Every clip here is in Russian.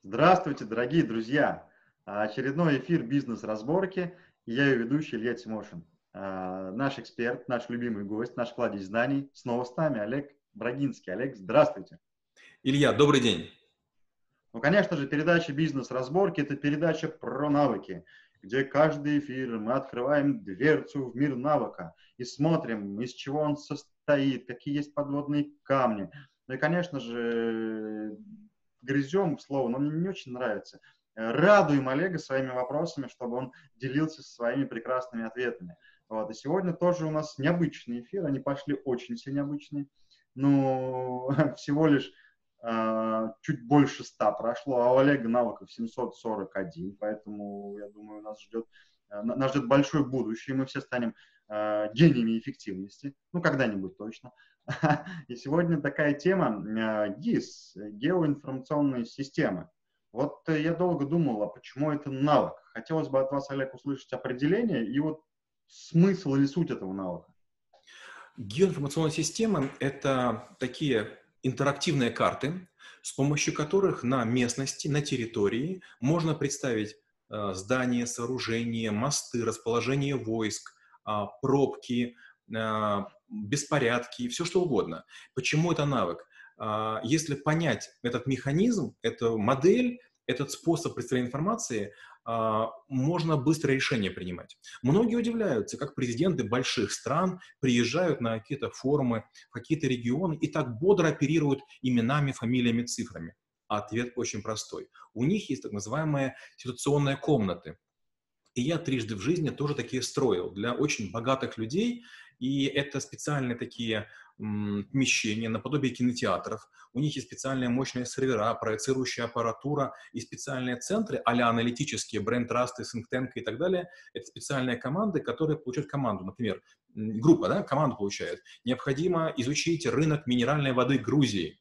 Здравствуйте, дорогие друзья! Очередной эфир «Бизнес-разборки». И я ее ведущий Илья Тимошин. Наш эксперт, наш любимый гость, наш кладезь знаний снова с нами Олег Брагинский. Олег, здравствуйте! Илья, добрый день. Ну, конечно же, передача «Бизнес-разборки» – это передача про навыки, где каждый эфир мы открываем дверцу в мир навыка и смотрим, из чего он состоит, какие есть подводные камни. Ну и, конечно же, грызем слово, но мне не очень нравится. Радуем Олега своими вопросами, чтобы он делился своими прекрасными ответами. Вот. И сегодня тоже у нас необычный эфир, они пошли очень все необычные. Ну, всего лишь чуть больше 100 прошло, а у Олега навыков 741, поэтому, я думаю, нас ждет большое будущее, мы все станем гениями эффективности, ну, когда-нибудь точно. И сегодня такая тема ГИС, геоинформационные системы. Вот я долго думал, а почему это навык? Хотелось бы от вас, Олег, услышать определение и вот смысл или суть этого навыка. Геоинформационные системы — это такие интерактивные карты, с помощью которых на местности, на территории можно представить здания, сооружения, мосты, расположение войск, пробки, беспорядки, все что угодно. Почему это навык? Если понять этот механизм, эту модель, этот способ представления информации, можно быстро решения принимать. Многие удивляются, как президенты больших стран приезжают на какие-то форумы, в какие-то регионы и так бодро оперируют именами, фамилиями, цифрами. Ответ очень простой. У них есть так называемые ситуационные комнаты. И я трижды в жизни тоже такие строил для очень богатых людей. И это специальные такие помещения, наподобие кинотеатров. У них есть специальные мощные сервера, проецирующая аппаратура и специальные центры, а-ля аналитические, бренд-трасты, think-tank и так далее. Это специальные команды, которые получают команду. Например, группа, да, команду получает. Необходимо изучить рынок минеральной воды Грузии.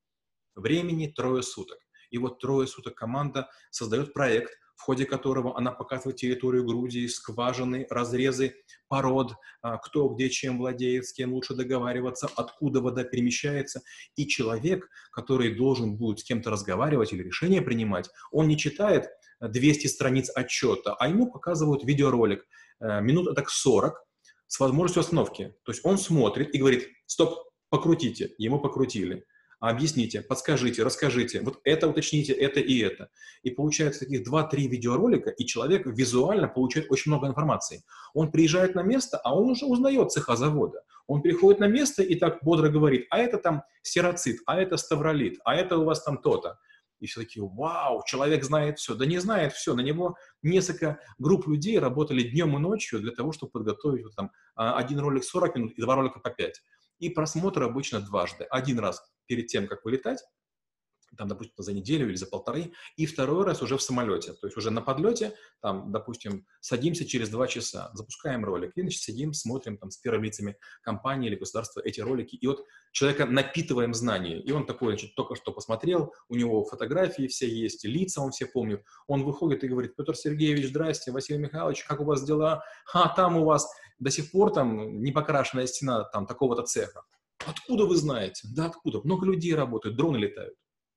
Времени 3 суток. И вот 3 суток команда создает проект, в ходе которого она показывает территорию Грузии, скважины, разрезы пород, кто где чем владеет, с кем лучше договариваться, откуда вода перемещается. И человек, который должен будет с кем-то разговаривать или решение принимать, он не читает 200 страниц отчета, а ему показывают видеоролик, минут так 40, с возможностью остановки. То есть он смотрит и говорит: стоп, покрутите. Ему покрутили. Объясните, подскажите, расскажите, вот это уточните, это и это. И получается таких 2-3 видеоролика, и человек визуально получает очень много информации. Он приезжает на место, а он уже узнает цеха завода. Он приходит на место и так бодро говорит: а это там сероцит, а это ставролит, а это у вас там то-то. И все такие: вау, человек знает все. Да не знает все, на него несколько групп людей работали днем и ночью для того, чтобы подготовить вот там один ролик 40 минут и 2 ролика по 5. И просмотр обычно дважды. Один раз перед тем, как вылетать, там, допустим, за неделю или за полторы, и второй раз уже в самолете. То есть уже на подлете, там, допустим, садимся через 2 часа, запускаем ролик, и, значит, сидим, смотрим там с первыми лицами компании или государства эти ролики, и вот человека напитываем знания, и он такой, значит, только что посмотрел, у него фотографии все есть, лица он все помнит, он выходит и говорит: Петр Сергеевич, здрасте, Василий Михайлович, как у вас дела? Там у вас до сих пор там не покрашенная стена там такого-то цеха. Откуда вы знаете? Да откуда? Много людей работают, дроны летают.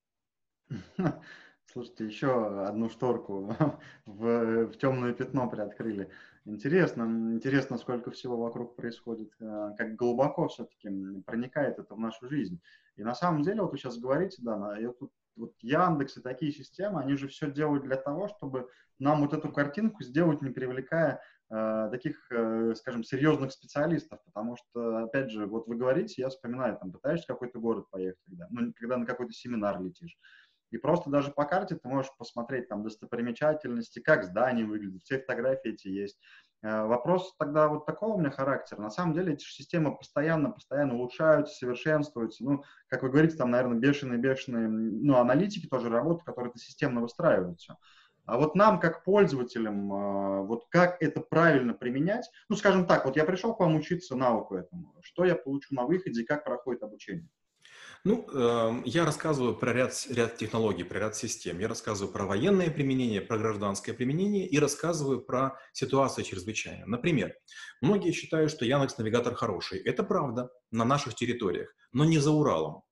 Слушайте, еще одну шторку в темное пятно приоткрыли. Интересно, сколько всего вокруг происходит, как глубоко все-таки проникает это в нашу жизнь. И на самом деле, вот вы сейчас говорите, да, вот Яндекс и такие системы, они же все делают для того, чтобы нам вот эту картинку сделать, не привлекая таких, скажем, серьезных специалистов, потому что, опять же, вот вы говорите, я вспоминаю, там, пытаешься в какой-то город поехать, когда на какой-то семинар летишь. И просто даже по карте ты можешь посмотреть там достопримечательности, как здания выглядят, все фотографии эти есть. Вопрос тогда вот такого у меня характера. На самом деле эти системы постоянно улучшаются, совершенствуются. Ну, как вы говорите, там, наверное, бешеные, ну, аналитики тоже работают, которые это системно выстраивают все. А вот нам, как пользователям, вот как это правильно применять, ну, скажем так, вот я пришел к вам учиться навыку этому, что я получу на выходе и как проходит обучение? Ну, я рассказываю про ряд технологий, про ряд систем. Я рассказываю про военное применение, про гражданское применение и рассказываю про ситуацию чрезвычайную. Например, многие считают, что Яндекс.Навигатор хороший. Это правда на наших территориях, но не за Уралом.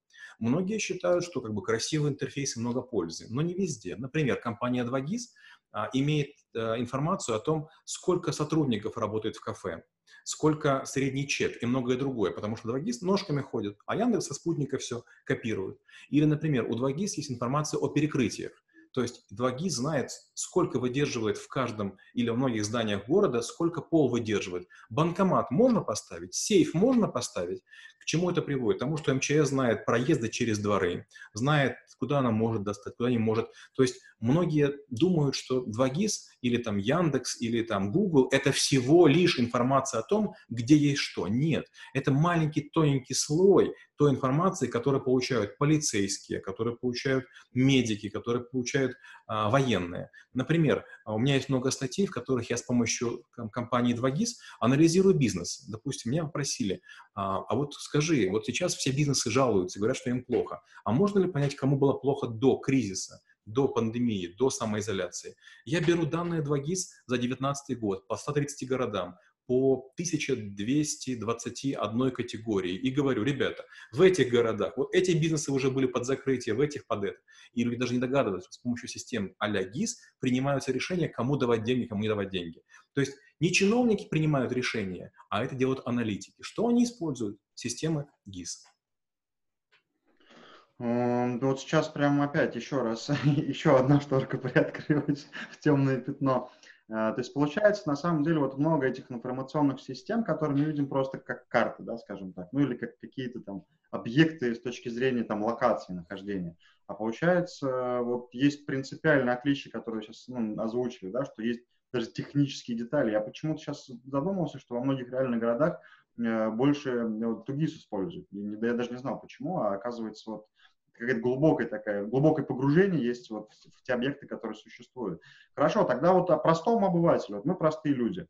Многие считают, что как бы красивый интерфейс и много пользы, но не везде. Например, компания 2GIS имеет информацию о том, сколько сотрудников работает в кафе, сколько средний чек и многое другое, потому что 2GIS ножками ходит, а Яндекс со спутника все копирует. Или, например, у 2GIS есть информация о перекрытиях. То есть 2GIS знает, сколько выдерживает в каждом или в многих зданиях города, сколько пол выдерживает. Банкомат можно поставить, сейф можно поставить. К чему это приводит? К тому, что МЧС знает проезды через дворы, знает, куда она может достать, куда не может. То есть многие думают, что 2GIS или там Яндекс или там Google — это всего лишь информация о том, где есть что. Нет, это маленький тоненький слой той информации, которую получают полицейские, которые получают медики, которые получают военные. Например, у меня есть много статей, в которых я с помощью компании 2GIS анализирую бизнес. Допустим, меня попросили, а вот скажи, вот сейчас все бизнесы жалуются, говорят, что им плохо. А можно ли понять, кому было плохо до кризиса, до пандемии, до самоизоляции? Я беру данные 2GIS за 2019 год по 130 городам, по 1221 категории и говорю: ребята, в этих городах вот эти бизнесы уже были под закрытие, в этих под это. И люди даже не догадываются, что с помощью систем а-ля ГИС принимаются решения, кому давать деньги, кому не давать деньги. То есть не чиновники принимают решения, а это делают аналитики. Что они используют? Системы ГИС. Вот сейчас прямо опять еще раз, еще одна шторка приоткрылась в темное пятно. То есть получается, на самом деле, вот много этих информационных систем, которые мы видим просто как карты, да, скажем так, ну или как какие-то там объекты с точки зрения там локации нахождения. А получается, вот есть принципиальное отличие, которое сейчас озвучили, да, что есть даже технические детали. Я почему-то сейчас задумался, что во многих реальных городах больше вот, ТУГИС используют. Я даже не знал почему, а оказывается вот какое-то глубокое погружение есть вот в те объекты, которые существуют. Хорошо, тогда вот о простом обывателе. Вот мы простые люди.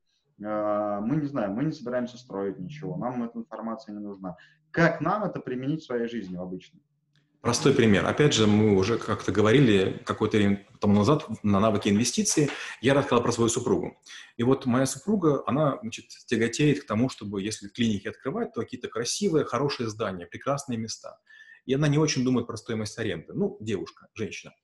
Мы не знаем, мы не собираемся строить ничего, нам эта информация не нужна. Как нам это применить в своей жизни обычно? Простой пример. Опять же, мы уже как-то говорили какое-то время тому назад на навыки инвестиций. Я рассказал про свою супругу. И вот моя супруга, она, значит, тяготеет к тому, чтобы, если клиники открывать, то какие-то красивые, хорошие здания, прекрасные места. И она не очень думает про стоимость аренды. Ну, девушка, женщина.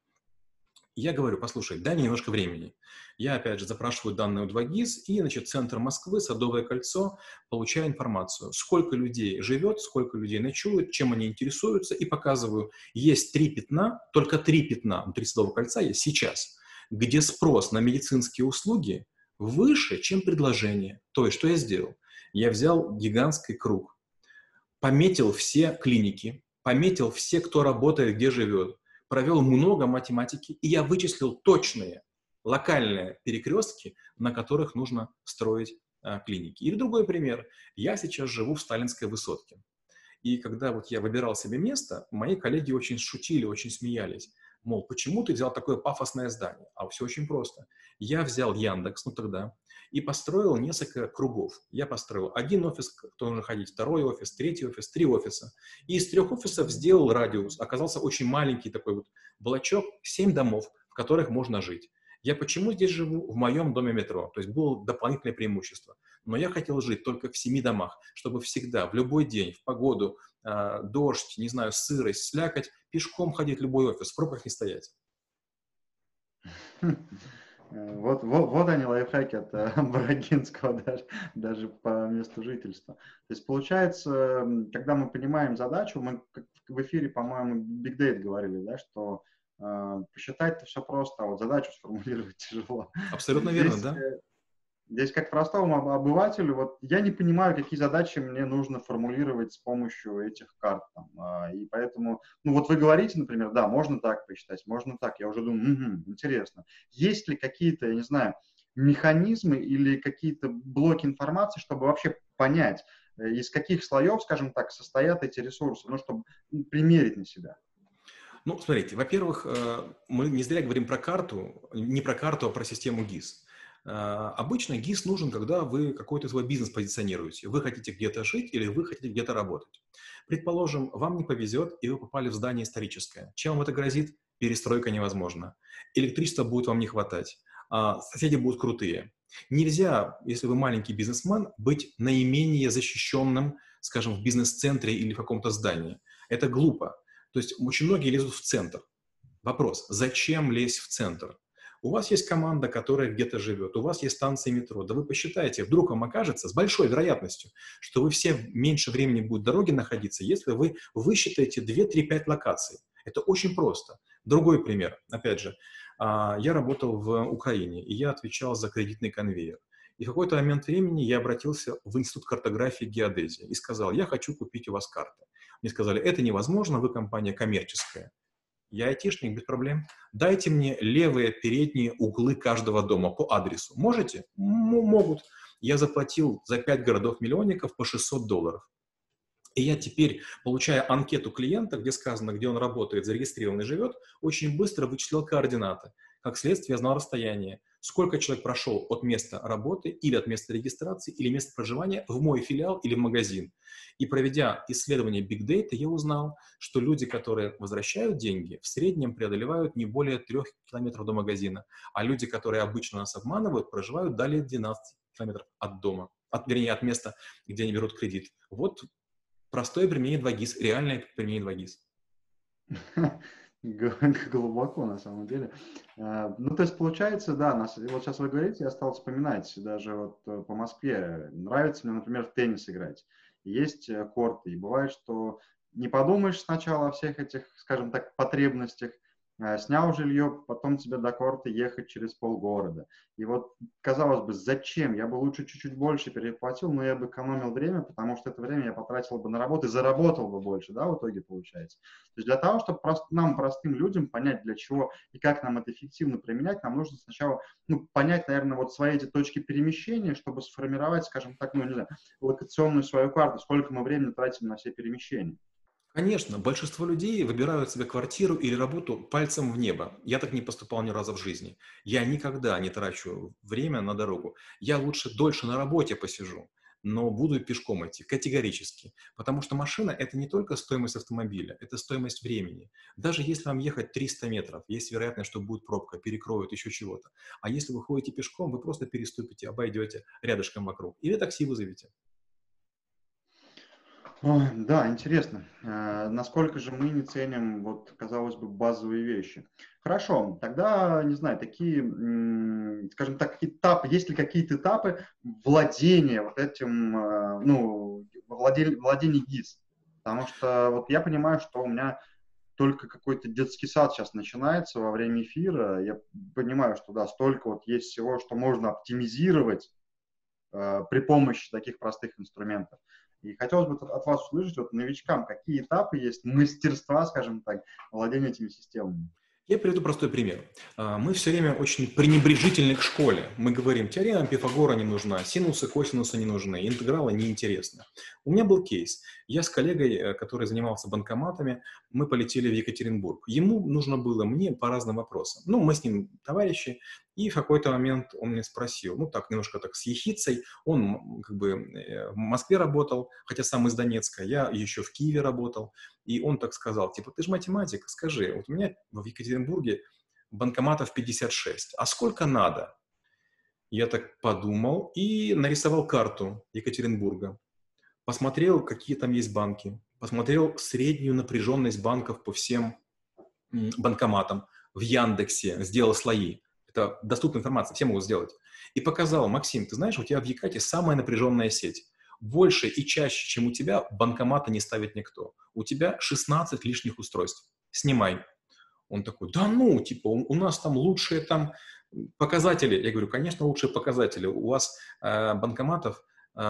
Я говорю: послушай, дай мне немножко времени. Я, опять же, запрашиваю данные у 2GIS, и, значит, центр Москвы, Садовое кольцо, получаю информацию, сколько людей живет, сколько людей ночует, чем они интересуются, и показываю, есть 3 пятна, только 3 пятна внутри Садового кольца есть сейчас, где спрос на медицинские услуги выше, чем предложение. То есть, что я сделал? Я взял гигантский круг, пометил все клиники, пометил все, кто работает, где живет, провел много математики, и я вычислил точные локальные перекрестки, на которых нужно строить клиники. Или другой пример. Я сейчас живу в Сталинской Высотке. И когда вот я выбирал себе место, мои коллеги очень шутили, очень смеялись. Мол, почему ты взял такое пафосное здание? А все очень просто. Я взял Яндекс, ну тогда, и построил несколько кругов. Я построил один офис, кто нужно ходить, второй офис, третий офис, 3 офиса. И из 3 офисов сделал радиус. Оказался очень маленький такой вот блочок, 7 домов, в которых можно жить. Я почему здесь живу? В моем доме метро. То есть было дополнительное преимущество. Но я хотел жить только в 7 домах, чтобы всегда, в любой день, в погоду, дождь, не знаю, сырость, слякоть, пешком ходить в любой офис, в пробках не стоять. Вот они лайфхаки от Брагинского даже по месту жительства. То есть получается, когда мы понимаем задачу, мы в эфире, по-моему, Big Data говорили, да, что посчитать-то все просто, а вот задачу сформулировать тяжело. Абсолютно верно, да? Здесь как простому обывателю, вот я не понимаю, какие задачи мне нужно формулировать с помощью этих карт. И поэтому, ну вот вы говорите, например, да, можно так посчитать, можно так. Я уже думаю, интересно. Есть ли какие-то, я не знаю, механизмы или какие-то блоки информации, чтобы вообще понять, из каких слоев, скажем так, состоят эти ресурсы, ну, чтобы примерить на себя? Ну, смотрите, во-первых, мы не зря говорим про карту, не про карту, а про систему ГИС. Обычно ГИС нужен, когда вы какой-то свой бизнес позиционируете. Вы хотите где-то жить или вы хотите где-то работать. Предположим, вам не повезет, и вы попали в здание историческое. Чем вам это грозит? Перестройка невозможна. Электричества будет вам не хватать. Соседи будут крутые. Нельзя, если вы маленький бизнесмен, быть наименее защищенным, скажем, в бизнес-центре или в каком-то здании. Это глупо. То есть очень многие лезут в центр. Вопрос, зачем лезть в центр? У вас есть команда, которая где-то живет, у вас есть станция метро. Да вы посчитайте, вдруг вам окажется с большой вероятностью, что вы все меньше времени будут дороги находиться, если вы высчитаете 2, 3, 5 локаций. Это очень просто. Другой пример. Опять же, я работал в Украине, и я отвечал за кредитный конвейер. И в какой-то момент времени я обратился в Институт картографии и геодезии и сказал, я хочу купить у вас карты. Мне сказали, это невозможно, вы компания коммерческая. Я айтишник, без проблем. Дайте мне левые передние углы каждого дома по адресу. Можете? Могут. Я заплатил за 5 городов-миллионников по $600. И я теперь, получая анкету клиента, где сказано, где он работает, зарегистрирован и живет, очень быстро вычислял координаты. Как следствие, я знал расстояние, сколько человек прошел от места работы или от места регистрации или места проживания в мой филиал или в магазин. И проведя исследование Big Data, я узнал, что люди, которые возвращают деньги, в среднем преодолевают не более 3 километров до магазина, а люди, которые обычно нас обманывают, проживают далее 12 километров от дома, вернее, от места, где они берут кредит. Вот простое применение 2GIS, реальное применение 2GIS. Глубоко, на самом деле. Ну, то есть, получается, да, вот сейчас вы говорите, я стал вспоминать, даже вот по Москве нравится мне, например, в теннис играть. Есть корты, и бывает, что не подумаешь сначала о всех этих, скажем так, потребностях, снял жилье, потом тебе до корта ехать через полгорода. И вот, казалось бы, зачем? Я бы лучше чуть-чуть больше переплатил, но я бы экономил время, потому что это время я потратил бы на работу и заработал бы больше, да, в итоге получается. То есть для того, чтобы нам, простым людям, понять, для чего и как нам это эффективно применять, нам нужно сначала, понять, наверное, вот свои эти точки перемещения, чтобы сформировать, скажем так, не знаю, локационную свою карту, сколько мы времени тратим на все перемещения. Конечно, большинство людей выбирают себе квартиру или работу пальцем в небо. Я так не поступал ни разу в жизни. Я никогда не трачу время на дорогу. Я лучше дольше на работе посижу, но буду пешком идти, категорически. Потому что машина – это не только стоимость автомобиля, это стоимость времени. Даже если вам ехать 300 метров, есть вероятность, что будет пробка, перекроют, еще чего-то. А если вы ходите пешком, вы просто переступите, обойдете рядышком вокруг. Или такси вызовете. Да, интересно. Насколько же мы не ценим, вот, казалось бы, базовые вещи. Хорошо, тогда, не знаю, такие, скажем так, этапы, есть ли какие-то этапы владения вот этим, владения ГИС? Потому что вот я понимаю, что у меня только какой-то детский сад сейчас начинается во время эфира. Я понимаю, что, да, столько вот есть всего, что можно оптимизировать при помощи таких простых инструментов. И хотелось бы от вас услышать, вот новичкам, какие этапы есть мастерства, скажем так, владения этими системами. Я приведу простой пример. Мы все время очень пренебрежительны к школе. Мы говорим, теорема Пифагора не нужна, синусы, косинусы не нужны, интегралы неинтересны. У меня был кейс. Я с коллегой, который занимался банкоматами, мы полетели в Екатеринбург. Ему нужно было, мне по разным вопросам. Мы с ним товарищи, и в какой-то момент он мне спросил, немножко так с ехицей, он в Москве работал, хотя сам из Донецка, я еще в Киеве работал, и он так сказал, типа, ты же математик, скажи, вот у меня в Екатеринбурге банкоматов 56, а сколько надо? Я так подумал и нарисовал карту Екатеринбурга, посмотрел, какие там есть банки, посмотрел среднюю напряженность банков по всем банкоматам, в Яндексе сделал слои. Это доступная информация, все могут сделать. И показал, Максим, ты знаешь, у тебя в Екате самая напряженная сеть. Больше и чаще, чем у тебя, банкомата не ставит никто. У тебя 16 лишних устройств. Снимай. Он такой, да у нас там лучшие там показатели. Я говорю, конечно, лучшие показатели. У вас банкоматов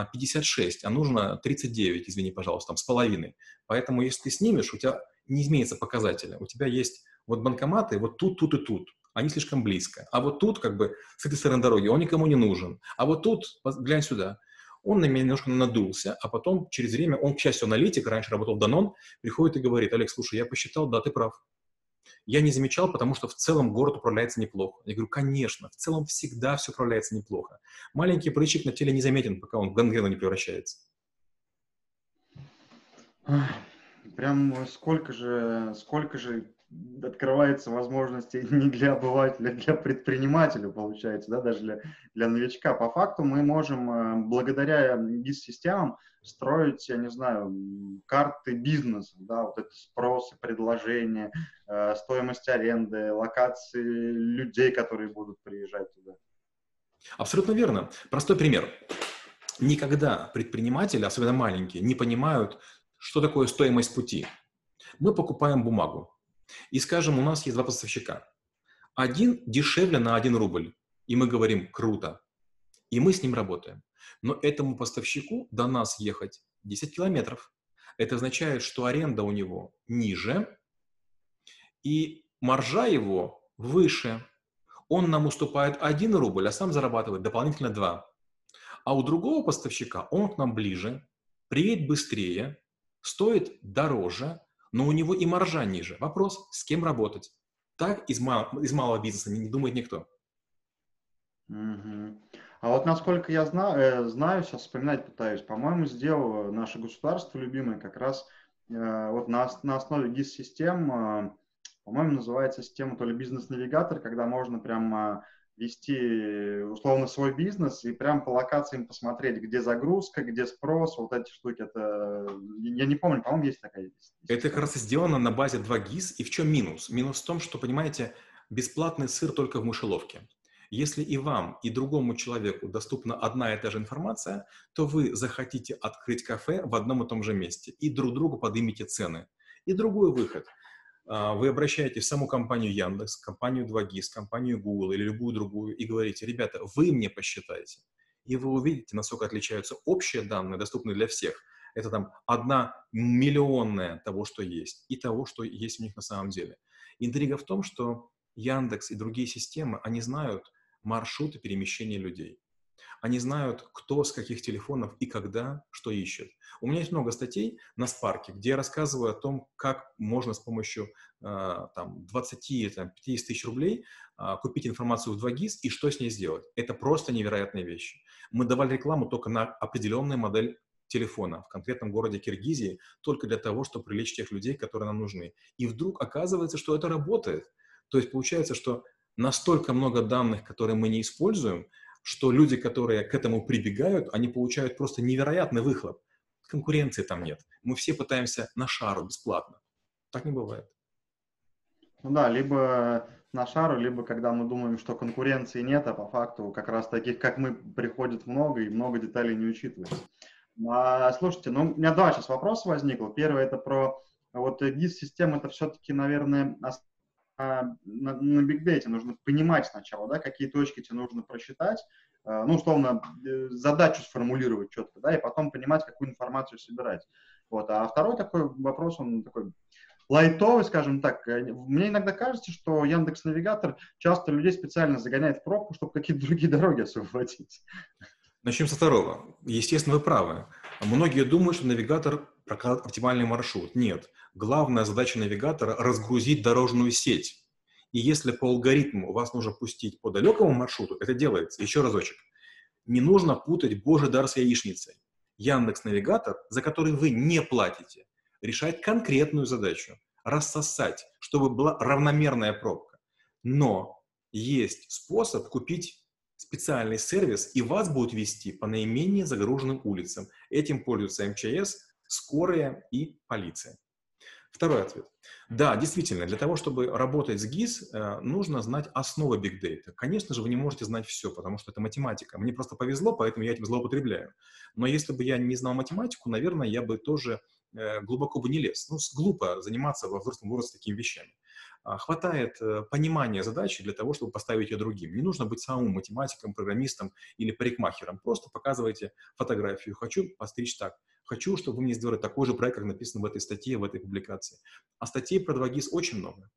56, а нужно 39, извини, пожалуйста, там с половиной. Поэтому, если ты снимешь, у тебя не изменится показателя. У тебя есть вот банкоматы вот тут, тут и тут. Они слишком близко. А вот тут, с этой стороны дороги, он никому не нужен. А вот тут, глянь сюда. Он на меня немножко надулся, а потом через время, он, к счастью, аналитик, раньше работал в Данон, приходит и говорит, Алекс, слушай, я посчитал, да, ты прав. Я не замечал, потому что в целом город управляется неплохо. Я говорю, конечно, в целом всегда все управляется неплохо. Маленький прыщик на теле не заметен, пока он в гангрену не превращается. Прям сколько же открывается возможности не для обывателя, а для предпринимателя, получается, да, даже для новичка. По факту мы можем благодаря GIS-системам строить, я не знаю, карты бизнеса, да, вот это спрос и предложение, стоимость аренды, локации людей, которые будут приезжать туда. Абсолютно верно. Простой пример. Никогда предприниматели, особенно маленькие, не понимают, что такое стоимость пути. Мы покупаем бумагу. И, скажем, у нас есть два поставщика. Один дешевле на 1 рубль. И мы говорим «круто». И мы с ним работаем. Но этому поставщику до нас ехать 10 километров. Это означает, что аренда у него ниже, и маржа его выше. Он нам уступает 1 рубль, а сам зарабатывает дополнительно 2. А у другого поставщика он к нам ближе, приедет быстрее, стоит дороже, но у него и маржа ниже. Вопрос, с кем работать? Так из малого бизнеса не думает никто. Мгм. А вот насколько я знаю, сейчас вспоминать пытаюсь, по-моему, сделало наше государство любимое как раз вот на основе GIS-систем, по-моему, называется система то ли бизнес-навигатор, когда можно прям вести условно свой бизнес и прям по локациям посмотреть, где загрузка, где спрос, вот эти штуки. Это, я не помню, по-моему, есть такая Это как система. раз и сделано на базе 2GIS. И в чем минус? Минус в том, что, понимаете, бесплатный сыр только в мышеловке. Если и вам, и другому человеку доступна одна и та же информация, то вы захотите открыть кафе в одном и том же месте и друг другу поднимете цены. И другой выход. Вы обращаетесь в саму компанию Яндекс, компанию 2GIS, компанию Google или любую другую и говорите: ребята, вы мне посчитаете. И вы увидите, насколько отличаются общие данные, доступные для всех. Это там 1/1000000 того, что есть, и того, что есть у них на самом деле. Интрига в том, что Яндекс и другие системы, они знают маршруты перемещения людей. Они знают, кто с каких телефонов и когда что ищет. У меня есть много статей на Spark, где я рассказываю о том, как можно с помощью 20-50 тысяч рублей купить информацию в 2GIS и что с ней сделать. Это просто невероятные вещи. Мы давали рекламу только на определенную модель телефона в конкретном городе Киргизии, только для того, чтобы привлечь тех людей, которые нам нужны. И вдруг оказывается, что это работает. То есть получается, что настолько много данных, которые мы не используем, что люди, которые к этому прибегают, они получают просто невероятный выхлоп. Конкуренции там нет. Мы все пытаемся на шару бесплатно. Так не бывает. Ну да, либо на шару, либо когда мы думаем, что конкуренции нет, а по факту как раз таких, как мы, приходит много, и много деталей не учитывается. Слушайте, ну у меня два сейчас вопроса возникло. Первый это про вот GIS-система, это все-таки, наверное, на бигдейте нужно понимать сначала, да, какие точки тебе нужно просчитать, ну, условно, задачу сформулировать четко, да, и потом понимать, какую информацию собирать. Вот. А второй такой вопрос, он такой лайтовый, скажем так. Мне иногда кажется, что Яндекс.Навигатор часто людей специально загоняет в пробку, чтобы какие-то другие дороги освободить. Начнем со второго. Естественно, вы правы. Многие думают, что навигатор прокладывает оптимальный маршрут. Нет. Главная задача навигатора – разгрузить дорожную сеть. И если по алгоритму вас нужно пустить по далекому маршруту, это делается. Еще разочек. Не нужно путать Божий дар с яичницей. Яндекс.Навигатор, за который вы не платите, решает конкретную задачу – рассосать, чтобы была равномерная пробка. Но есть способ купить специальный сервис, и вас будут вести по наименее загруженным улицам. Этим пользуются МЧС, скорая и полиция. Второй ответ. Да, действительно, для того, чтобы работать с GIS, нужно знать основы Big Data. Конечно же, вы не можете знать все, потому что это математика. Мне просто повезло, поэтому я этим злоупотребляю. Но если бы я не знал математику, наверное, я бы тоже глубоко бы не лез. Ну, глупо заниматься во взрослом возрасте такими вещами. Хватает понимания задачи для того, чтобы поставить ее другим. Не нужно быть самым математиком, программистом или парикмахером. Просто показывайте фотографию. Хочу постричь так. Хочу, чтобы вы мне сделали такой же проект, как написано в этой статье, в этой публикации. А статей про 2GIS очень много.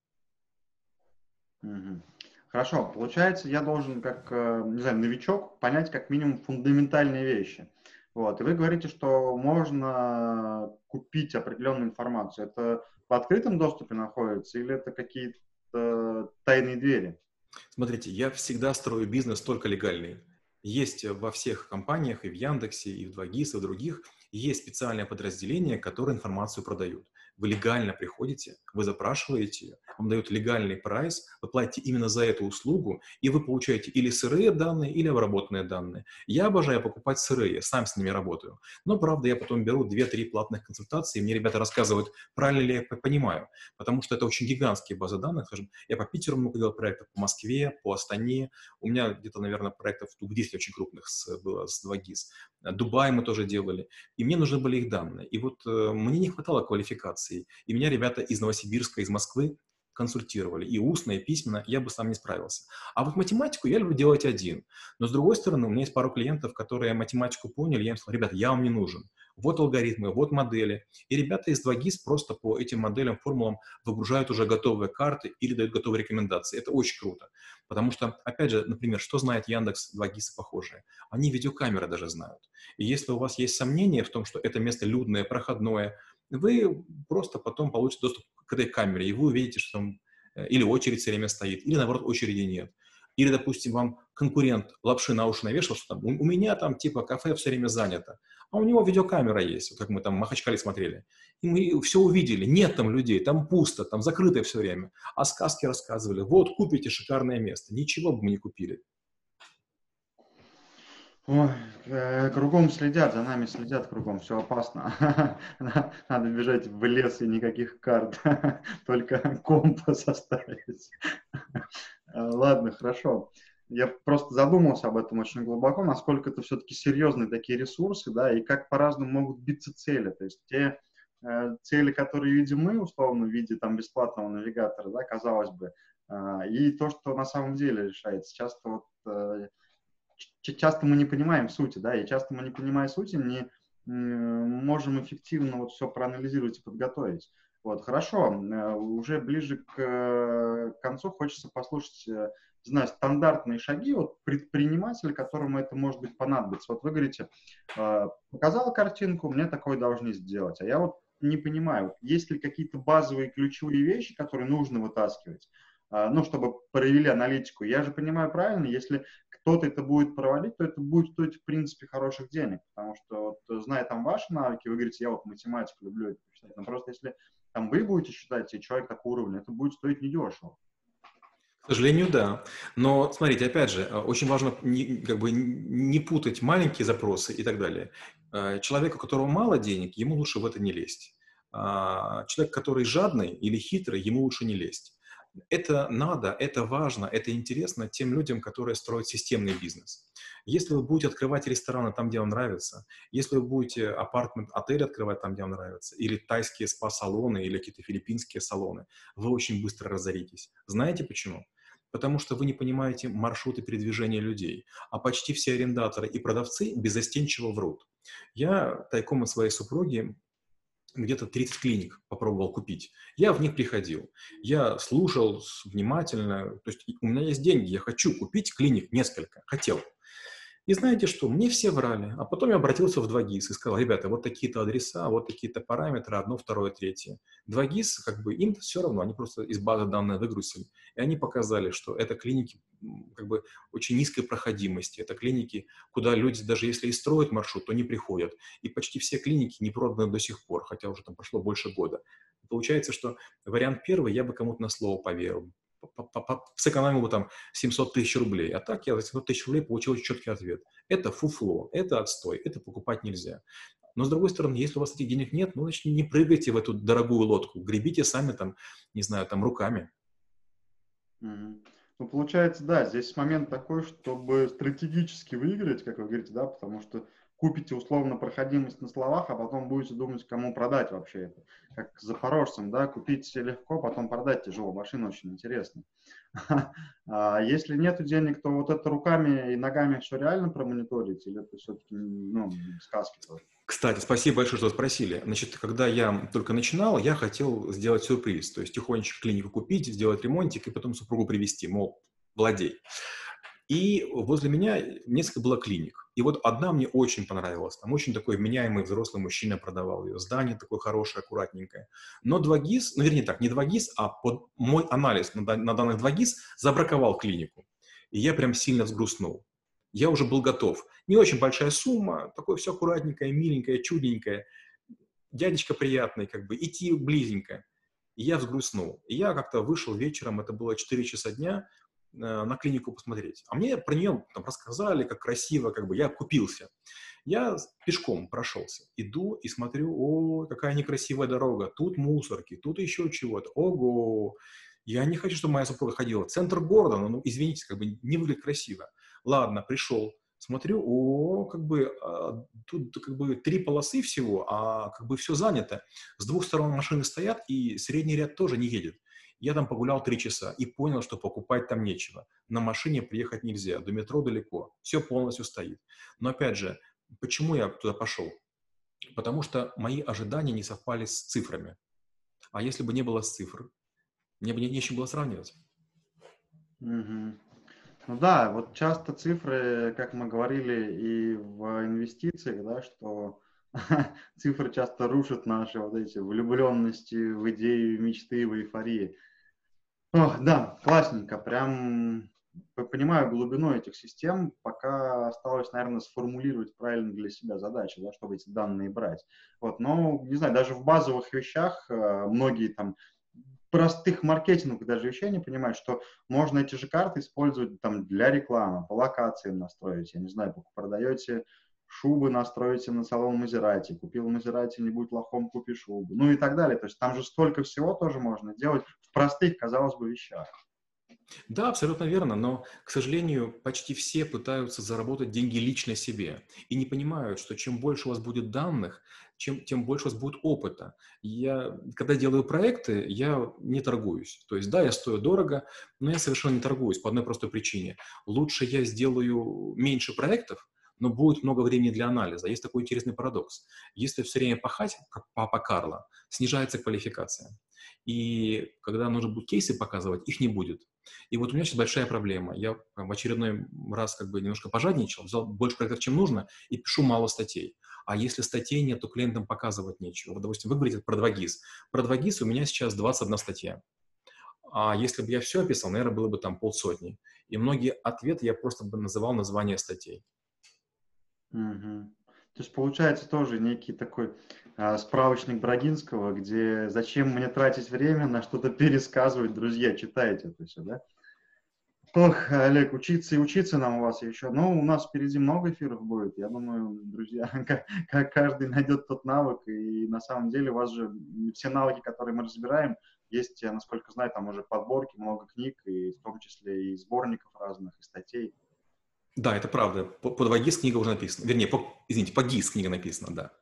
Хорошо, получается, я должен, как, не знаю, новичок, понять как минимум фундаментальные вещи. Вот. И вы говорите, что можно купить определенную информацию. Это в открытом доступе находится или это какие-то тайные двери? Смотрите, я всегда строю бизнес только легальный. Есть во всех компаниях, и в Яндексе, и в 2GIS, и в других, есть специальное подразделение, которое информацию продают. Вы легально приходите, вы запрашиваете ее, вам дают легальный прайс, вы платите именно за эту услугу, и вы получаете или сырые данные, или обработанные данные. Я обожаю покупать сырые, сам с ними работаю. Но, правда, я потом беру 2-3 платных консультации, и мне ребята рассказывают, правильно ли я понимаю, потому что это очень гигантские базы данных. Скажем, я по Питеру много делал проектов, по Москве, по Астане. У меня где-то, наверное, проектов штук 10 очень крупных было с 2GIS. Дубай мы тоже делали. И мне нужны были их данные. И вот мне не хватало квалификации. И меня ребята из Новосибирска, из Москвы консультировали. И устно, и письменно я бы сам не справился. А вот математику я люблю делать один. Но, с другой стороны, у меня есть пару клиентов, которые математику поняли. Я им сказал, ребята, я вам не нужен. Вот алгоритмы, вот модели. И ребята из 2GIS просто по этим моделям, формулам выгружают уже готовые карты или дают готовые рекомендации. Это очень круто. Потому что, опять же, например, что знает Яндекс, 2GIS похожие? Они видеокамеры даже знают. И если у вас есть сомнения в том, что это место людное, проходное, вы просто потом получите доступ к этой камере, и вы увидите, что там или очередь все время стоит, или, наоборот, очереди нет. Или, допустим, вам конкурент лапши на уши навешал, что там, у меня там типа кафе все время занято, а у него видеокамера есть, вот как мы там в Махачкале смотрели. И мы все увидели, нет там людей, там пусто, там закрыто все время. А сказки рассказывали, вот, купите шикарное место. Ничего бы мы не купили. Ой, кругом следят, за нами следят кругом, все опасно. Надо бежать в лес и никаких карт, только компас оставить. Ладно, хорошо. Я просто задумался об этом очень глубоко, насколько это все-таки серьезные такие ресурсы, да, и как по-разному могут биться цели. То есть те цели, которые видим мы, условно, в виде там бесплатного навигатора, да, казалось бы, и то, что на самом деле решается. Часто мы не понимаем сути, да, и часто мы, не понимая сути, не можем эффективно вот все проанализировать и подготовить. Вот, хорошо, уже ближе к концу хочется послушать, не знаю, стандартные шаги от предпринимателя, которому это может быть понадобится. Вот вы говорите, показал картинку, мне такое должны сделать, а я вот не понимаю, есть ли какие-то базовые ключевые вещи, которые нужно вытаскивать, ну, чтобы провели аналитику. Я же понимаю правильно, если кто-то это будет проводить, то это будет стоить, в принципе, хороших денег, потому что, вот, зная там ваши навыки, вы говорите, я вот математику люблю это посчитать, но просто если там вы будете считать, и человек такого уровня, это будет стоить недешево. К сожалению, да. Но смотрите, опять же, очень важно как бы не путать маленькие запросы и так далее. Человеку, у которого мало денег, ему лучше в это не лезть. Человек, который жадный или хитрый, ему лучше не лезть. Это надо, это важно, это интересно тем людям, которые строят системный бизнес. Если вы будете открывать рестораны там, где вам нравится, если вы будете отель открывать там, где вам нравится, или тайские спа-салоны, или какие-то филиппинские салоны, вы очень быстро разоритесь. Знаете почему? Потому что вы не понимаете маршруты передвижения людей, а почти все арендаторы и продавцы беззастенчиво врут. Я тайком от своей супруги где-то 30 клиник попробовал купить. Я в них приходил. Я слушал внимательно. То есть у меня есть деньги, я хочу купить клиник несколько. Хотел. И знаете что? Мне все врали. А потом я обратился в 2GIS и сказал, ребята, вот такие-то адреса, вот такие-то параметры, одно, второе, третье. 2GIS, как бы, им все равно, они просто из базы данных выгрузили. И они показали, что это клиники как бы очень низкой проходимости. Это клиники, куда люди, даже если и строят маршрут, то не приходят. И почти все клиники не проданы до сих пор, хотя уже там прошло больше года. Получается, что вариант первый я бы кому-то на слово поверил. Сэкономил бы там 700 тысяч рублей. А так я за 700 тысяч рублей получил четкий ответ. Это фуфло, это отстой, это покупать нельзя. Но, с другой стороны, если у вас этих денег нет, ну, значит, не прыгайте в эту дорогую лодку, гребите сами там, не знаю, там руками. Ну, получается, да, здесь момент такой, чтобы стратегически выиграть, как вы говорите, да, потому что купите условно проходимость на словах, а потом будете думать, кому продать вообще это. Как запорожцам, да, купить легко, потом продать тяжело. Машина очень интересная. А если нет денег, то вот это руками и ногами все реально промониторить, или это все-таки, ну, сказки тоже? Кстати, спасибо большое, что спросили. Значит, когда я только начинал, я хотел сделать сюрприз, то есть тихонечко клинику купить, сделать ремонтик и потом супругу привезти, мол, владей. И возле меня несколько было клиник. И вот одна мне очень понравилась. Там очень такой вменяемый взрослый мужчина продавал ее. Здание такое хорошее, аккуратненькое. Но 2GIS, ну вернее так, не 2GIS, а под мой анализ на данных 2GIS забраковал клинику. И я прям сильно взгрустнул. Я уже был готов. Не очень большая сумма, такое все аккуратненькое, миленькое, чудненькое. дядечка приятный, как бы, идти близенько. И я взгрустнул. И я как-то вышел вечером, это было 4 часа дня, на клинику посмотреть. А мне про нее там рассказали, как красиво, как бы я купился. Я пешком прошелся, иду и смотрю, о, какая некрасивая дорога, тут мусорки, тут еще чего-то, ого. Я не хочу, чтобы моя супруга ходила в центр города, но, ну, извините, как бы не выглядит красиво. Ладно, пришел, смотрю, о, как бы тут как бы 3 полосы всего, а как бы все занято. С 2 сторон машины стоят, и средний ряд тоже не едет. Я там погулял 3 часа и понял, что покупать там нечего. На машине приехать нельзя, до метро далеко, все полностью стоит. Но опять же, почему я туда пошел? Потому что мои ожидания не совпали с цифрами. А если бы не было цифр, мне бы не с чем было сравнивать. Мгм. Ну да, вот часто цифры, как мы говорили и в инвестициях, да, что цифры часто рушат наши вот эти влюбленности в идеи, в мечты, в эйфории. Ох, да, классненько, прям понимаю глубину этих систем, пока осталось, наверное, сформулировать правильно для себя задачи, да, чтобы эти данные брать. Вот, но, не знаю, даже в базовых вещах многие там простых маркетинговых даже вещей не понимают, что можно эти же карты использовать там для рекламы, по локациям настроить, я не знаю, продаете шубы, настроите на салон Мазерати, купил Мазерати, не будь лохом, купи шубу, ну и так далее. То есть там же столько всего тоже можно делать в простых, казалось бы, вещах. Да, абсолютно верно, но, к сожалению, почти все пытаются заработать деньги лично себе и не понимают, что чем больше у вас будет данных, тем больше у вас будет опыта. Я, когда делаю проекты, я не торгуюсь. То есть, да, я стою дорого, но я совершенно не торгуюсь по одной простой причине. Лучше я сделаю меньше проектов, но будет много времени для анализа. Есть такой интересный парадокс. Если все время пахать, как папа Карло, снижается квалификация. И когда нужно будет кейсы показывать, их не будет. И вот у меня сейчас большая проблема. Я в очередной раз как бы немножко пожадничал, взял больше проектов, чем нужно, и пишу мало статей. А если статей нет, то клиентам показывать нечего. Вот, допустим, вы говорите про 2GIS. Про 2GIS у меня сейчас 21 статья. А если бы я все описал, наверное, было бы там 50. И многие ответы я просто бы называл название статей. Мгм. То есть получается тоже некий такой справочник Брагинского, где зачем мне тратить время на что-то пересказывать, друзья, читайте это все, да? Ох, Олег, учиться и учиться нам у вас еще. Ну, у нас впереди много эфиров будет. Я думаю, друзья, как каждый найдет тот навык. И на самом деле у вас же все навыки, которые мы разбираем, есть, я насколько знаю, там уже подборки, много книг, и в том числе и сборников разных, и статей. Да, это правда. По 2GIS книга уже написана. Вернее, извините, по GIS книга написана, да.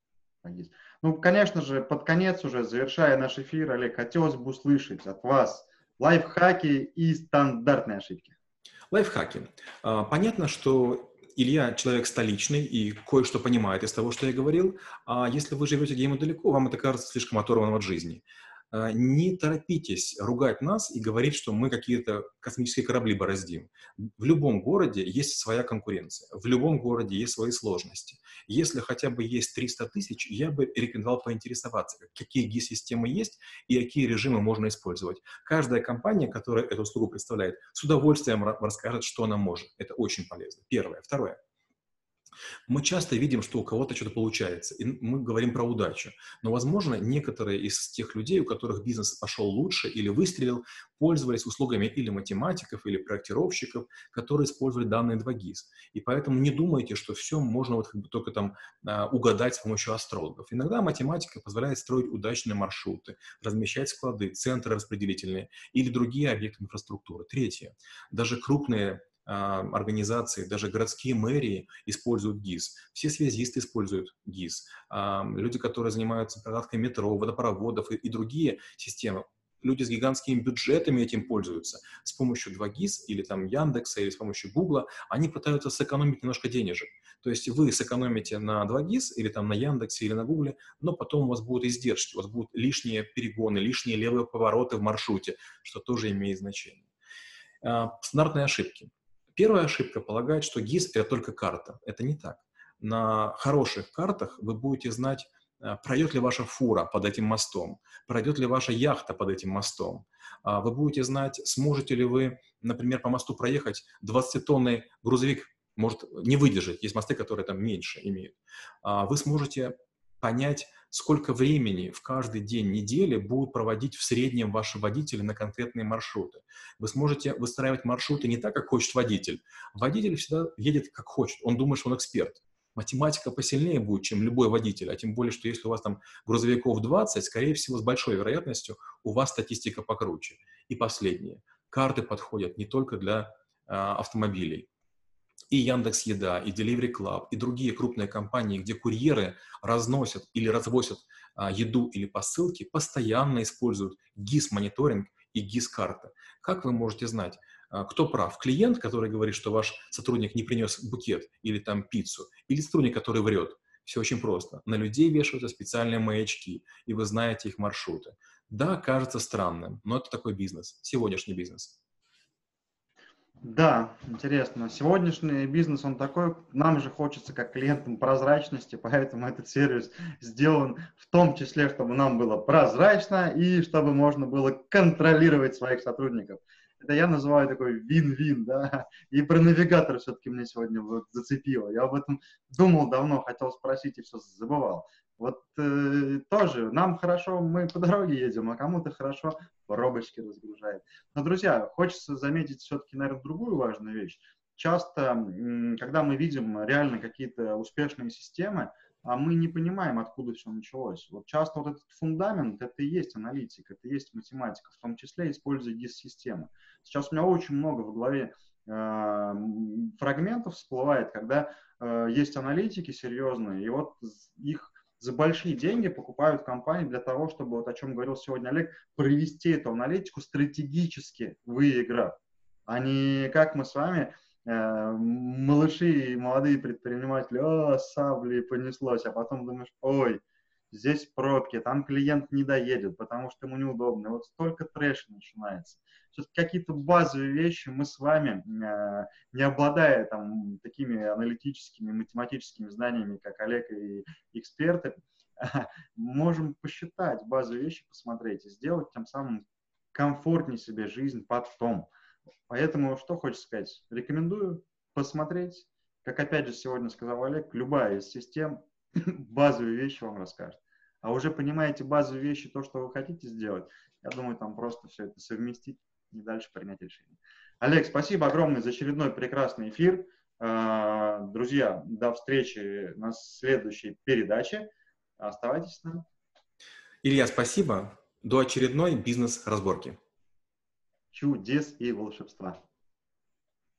Ну, конечно же, под конец уже, завершая наш эфир, Олег, хотелось бы услышать от вас лайфхаки и стандартные ошибки. Лайфхаки. Понятно, что Илья человек столичный и кое-что понимает из того, что я говорил. А если вы живете где-нибудь далеко, вам это кажется слишком оторванным от жизни. Не торопитесь ругать нас и говорить, что мы какие-то космические корабли бороздим. В любом городе есть своя конкуренция, в любом городе есть свои сложности. Если хотя бы есть 300 тысяч, я бы рекомендовал поинтересоваться, какие GIS-системы есть и какие режимы можно использовать. Каждая компания, которая эту услугу представляет, с удовольствием расскажет, что она может. Это очень полезно. Первое. Второе. Мы часто видим, что у кого-то что-то получается, и мы говорим про удачу. Но, возможно, некоторые из тех людей, у которых бизнес пошел лучше или выстрелил, пользовались услугами или математиков, или проектировщиков, которые использовали данные 2GIS. И поэтому не думайте, что все можно вот как бы только там угадать с помощью астрологов. Иногда математика позволяет строить удачные маршруты, размещать склады, центры распределительные или другие объекты инфраструктуры. Третье. Даже крупные организации, даже городские мэрии используют ГИС. Все связисты используют ГИС. Люди, которые занимаются прокладкой метро, водопроводов и другие системы, люди с гигантскими бюджетами этим пользуются. С помощью 2GIS или там Яндекса, или с помощью Гугла они пытаются сэкономить немножко денежек. То есть вы сэкономите на 2GIS или там на Яндексе или на Гугле, но потом у вас будут издержки, у вас будут лишние перегоны, лишние левые повороты в маршруте, что тоже имеет значение. Стандартные ошибки. Первая ошибка полагает, что ГИС – это только карта. Это не так. На хороших картах вы будете знать, пройдет ли ваша фура под этим мостом, пройдет ли ваша яхта под этим мостом. Вы будете знать, сможете ли вы, например, по мосту проехать 20-тонный грузовик, может не выдержать. Есть мосты, которые там меньше имеют. Вы сможете понять, сколько времени в каждый день недели будут проводить в среднем ваши водители на конкретные маршруты. Вы сможете выстраивать маршруты не так, как хочет водитель. Водитель всегда едет как хочет, он думает, что он эксперт. Математика посильнее будет, чем любой водитель, а тем более, что если у вас там грузовиков 20, скорее всего, с большой вероятностью у вас статистика покруче. И последнее. Карты подходят не только для автомобилей. И Яндекс.Еда, и Delivery Club, и другие крупные компании, где курьеры разносят или развозят еду или посылки, постоянно используют GIS-мониторинг и GIS-карты. Как вы можете знать, кто прав? Клиент, который говорит, что ваш сотрудник не принес букет или там пиццу, или сотрудник, который врет? Все очень просто. На людей вешаются специальные маячки, и вы знаете их маршруты. Да, кажется странным, но это такой бизнес, сегодняшний бизнес. Да, интересно. Сегодняшний бизнес, он такой, нам же хочется, как клиентам, прозрачности, поэтому этот сервис сделан в том числе, чтобы нам было прозрачно и чтобы можно было контролировать своих сотрудников. Это я называю такой вин-вин, да, и про навигатор все-таки мне сегодня вот зацепило. Я об этом думал давно, хотел спросить и все забывал. Вот тоже нам хорошо, мы по дороге едем, а кому-то хорошо коробочки разгружает. Но, друзья, хочется заметить все-таки, наверное, другую важную вещь. Часто, когда мы видим реально какие-то успешные системы, а мы не понимаем, откуда все началось. Вот часто вот этот фундамент, это и есть аналитика, это и есть математика, в том числе используя GIS-системы. Сейчас у меня очень много в голове фрагментов всплывает, когда есть аналитики серьезные, и вот их за большие деньги покупают компании для того, чтобы, вот о чем говорил сегодня Олег, провести эту аналитику стратегически выиграв, а не как мы с вами, малыши и молодые предприниматели, сабли понеслось, а потом думаешь, ой, здесь пробки, там клиент не доедет, потому что ему неудобно. И вот столько трэша начинается. Все-таки какие-то базовые вещи мы с вами, не обладая там такими аналитическими, математическими знаниями, как Олег и эксперты, можем посчитать базовые вещи, посмотреть и сделать тем самым комфортнее себе жизнь потом. Поэтому что хочется сказать? Рекомендую посмотреть. Как опять же сегодня сказал Олег, любая из систем базовые вещи вам расскажет. А уже понимаете базовые вещи, то, что вы хотите сделать, я думаю, там просто все это совместить и дальше принять решение. Олег, спасибо огромное за очередной прекрасный эфир. Друзья, до встречи на следующей передаче. Оставайтесь с нами. Илья, спасибо. До очередной бизнес-разборки. Чудес и волшебства.